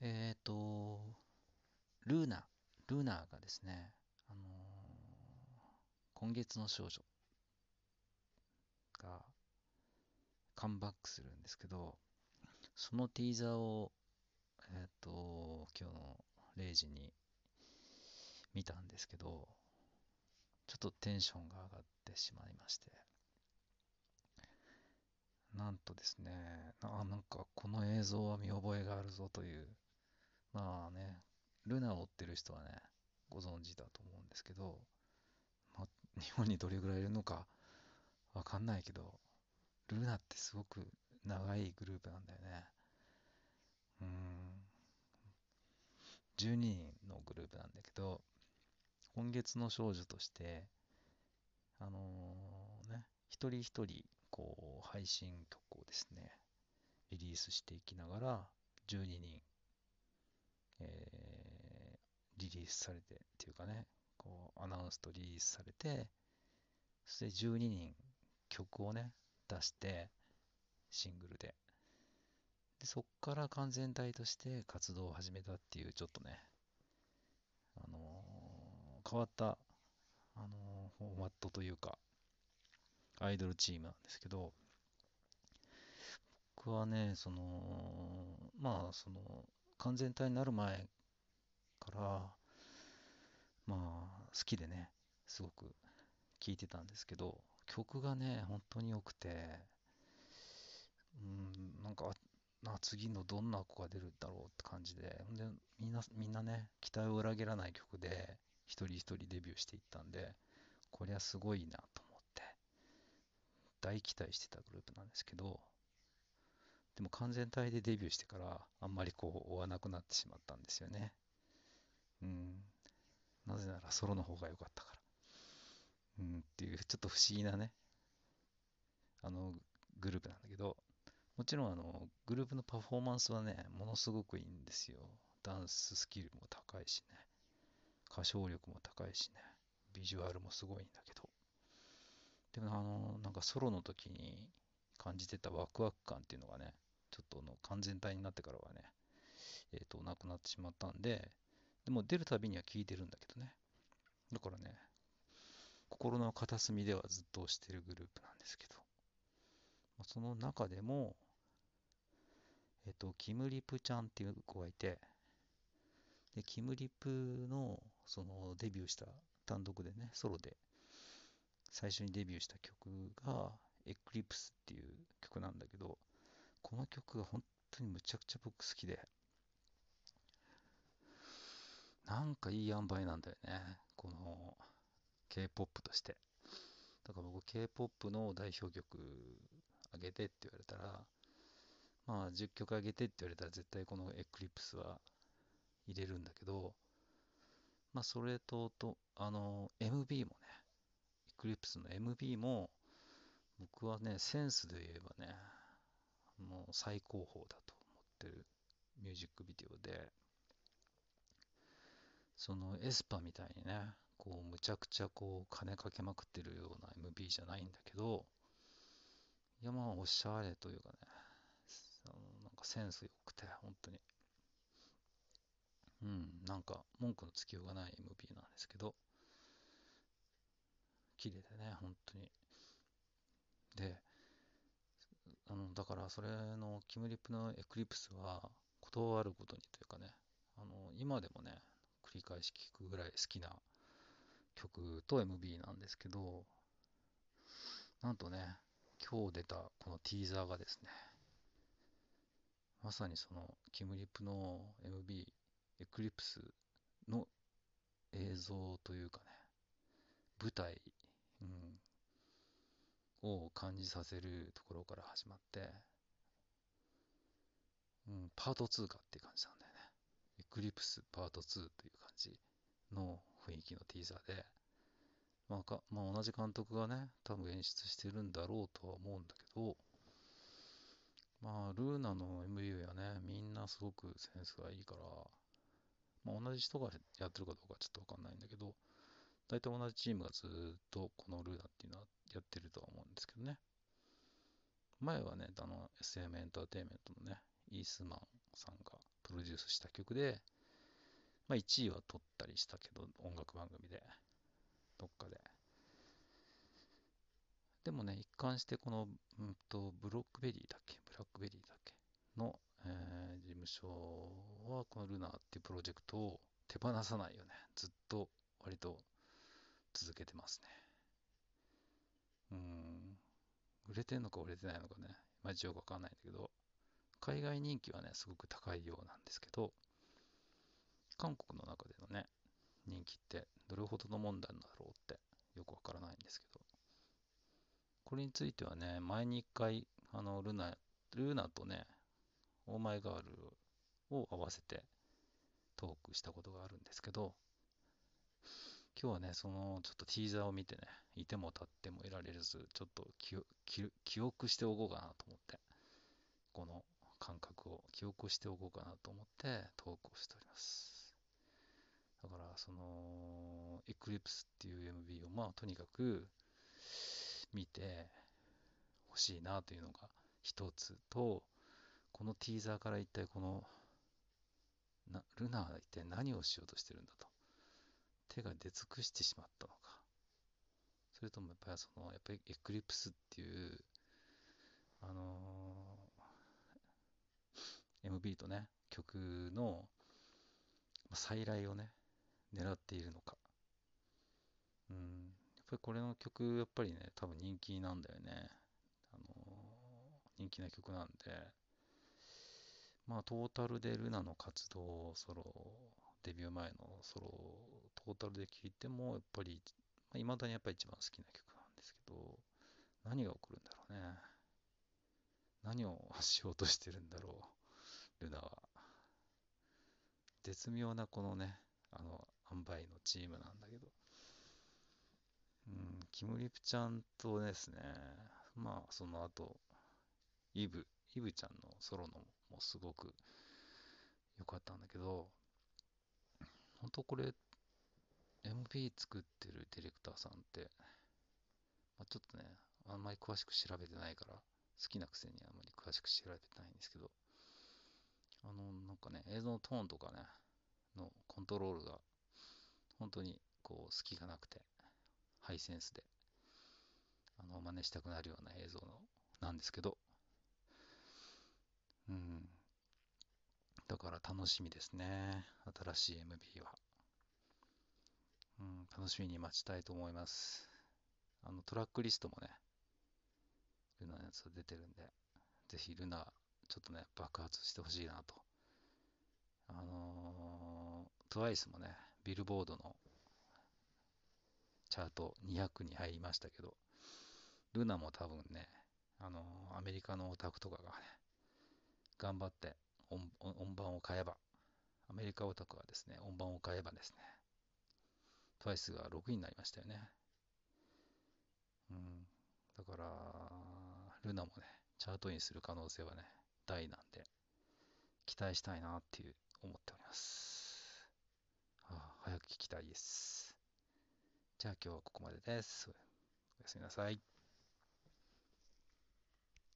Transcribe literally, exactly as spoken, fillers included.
えっと、ルーナ、ルーナがですね、あのー今月の少女がカムバックするんですけど、そのティーザーを、えっと、今日のれいじに見たんですけど、ちょっとテンションが上がってしまいまして、なんとですね、な、なんかこの映像は見覚えがあるぞという、まあね、ルナを追ってる人はね、ご存知だと思うんですけど、まあ、日本にどれぐらいいるのかわかんないけど、ルナってすごく長いグループなんだよね。うーん、じゅうににんのグループなんだけど、今月の少女として、あのーね、一人一人、こう、配信曲をですね、リリースしていきながら、じゅうににん、えーリリースされて、っていうかね、こう、アナウンスとリリースされて、そしてじゅうににん曲をね、出して、シングルで。で、そっから完全体として活動を始めたっていう、ちょっとね、あのー変わった、あのーフォーマットというか、アイドルチームなんですけど、僕はね、その、まあ、その、完全体になる前から、まあ、好きでね、すごく聴いてたんですけど、曲がね、本当に良くて、うん、なんか、あ、次のどんな子が出るだろうって感じで、ほんで、みんな、みんなね、期待を裏切らない曲で、一人一人デビューしていったんで、こりゃすごいなと思って、大期待してたグループなんですけど、でも完全体でデビューしてから、あんまりこう、追わなくなってしまったんですよね。うん、なぜならソロの方が良かったから。うん、っていう、ちょっと不思議なね、あの、グループなんだけど、もちろんあの、グループのパフォーマンスはね、ものすごくいいんですよ。ダンススキルも高いしね、歌唱力も高いしね、ビジュアルもすごいんだけど、でもあの、なんかソロの時に感じてたワクワク感っていうのがね、ちょっとの完全体になってからはね、えっと、なくなってしまったんで、でも出るたびには聴いてるんだけどね。だからね、心の片隅ではずっと推してるグループなんですけど、その中でも、えっと、キムリプちゃんっていう子がいて、で、キムリプの、そのデビューした単独でね、ソロで最初にデビューした曲が、エクリプスっていう曲なんだけど、この曲が本当にむちゃくちゃ僕好きで、なんかいい塩梅なんだよね。この K-ケーポップ として。だから僕 K-ケーポップ の代表曲あげてって言われたら、まあじゅっきょくあげてって言われたら絶対このエクリプスは入れるんだけど、まあそれと、と、あの、エムビー もね、エクリプスの エムビー も僕はね、センスで言えばね、もう最高峰だと思ってるミュージックビデオで、そのエスパみたいにね、こうむちゃくちゃこう金かけまくってるような エムビー じゃないんだけど、いやまあおしゃれというかね、あのなんかセンス良くて、本当に。うん、なんか文句のつきようがない エムビー なんですけど、綺麗でね、本当に。で、あの、だからそれのキムリップのエクリプスは、断るごとにというかね、あの、今でもね、繰り返し聴くぐらい好きな曲と エムビー なんですけど、なんとね、今日出たこのティーザーがですね、まさにそのキムリップの エムビー、エクリプスの映像というかね、舞台、うん、を感じさせるところから始まって、うん、パートツーかっていう感じなんだよね。エクリプスパートツーという感じの雰囲気のティーザーで、まあか、まあ、同じ監督がね、多分演出してるんだろうとは思うんだけど、まあ、ルーナの エムビー はね、みんなすごくセンスがいいから、まあ、同じ人がやってるかどうかちょっとわかんないんだけど、大体同じチームがずっとこのルーナっていうのはやってるとは思うんですけどね。前はね、あの エスエム エムエンターテインメントのね、イースマンさんがプロデュースした曲で、まあ、いちいは取ったりしたけど、音楽番組で、どっかで。でもね、一貫してこの、うんと、ブロックベリーだっけブラックベリーだっけの、えー事務所は、このルナーっていうプロジェクトを手放さないよね。ずっと割と続けてますね。うーん、売れてんのか売れてないのかね、まあよくわかんないんだけど、海外人気はね、すごく高いようなんですけど、韓国の中でのね、人気ってどれほどのもんなんだろうってよくわからないんですけど、これについてはね、前に一回、あの、ルナ、ルナとね、オーマイガールを合わせてトークしたことがあるんですけど、今日はね、そのちょっとティーザーを見てね、いても立ってもいられず、ちょっと記記記憶しておこうかなと思って、この感覚を記憶しておこうかなと思ってトークをしております。だから、その、エクリプスっていう エムブイ を、まあ、とにかく見てほしいなというのが一つと、このティーザーから一体この、なルナは一体何をしようとしてるんだと。手が出尽くしてしまったのか。それともやっぱりその、やっぱりエクリプスっていう、あのー エムブイ とね、曲の再来をね、狙っているのか。うん。やっぱりこれの曲、やっぱりね、多分人気なんだよね。あのー人気な曲なんで、まあトータルでルナの活動、ソロ、デビュー前のソロ、トータルで聴いても、やっぱり、まあ、未だにやっぱり一番好きな曲なんですけど、何が起こるんだろうね。何をしようとしてるんだろう、ルナは。絶妙なこのね、あの、塩梅のチームなんだけど、うん、キムリプちゃんとですね、まあその後、イブ、イブちゃんのソロのもすごく良かったんだけど、本当これ エムブイ 作ってるディレクターさんって、まあ、ちょっとね、あんまり詳しく調べてないから、好きなくせにあんまり詳しく調べてないんですけど、あの、なんかね、映像のトーンとかね、のコントロールが本当にこう隙がなくて、ハイセンスで、あの、真似したくなるような映像のなんですけど、うん、だから楽しみですね。新しい エムブイ は。うん、楽しみに待ちたいと思います。あの、トラックリストもね、ルナのやつ出てるんで、ぜひルナ、ちょっとね、爆発してほしいなと。あのー、トゥワイス もね、ビルボードのチャートにひゃくに入りましたけど、ルナも多分ね、あのーアメリカのオタクとかがね、頑張って音音版を買えば、アメリカオタクはですね、音版を買えばですね、トゥワイスがろくいになりましたよね。うん。だから、ルナもね、チャートインする可能性はね、大なんで、期待したいなっていう思っております。ああ、早く聞きたいです。じゃあ今日はここまでです。おやすみなさい。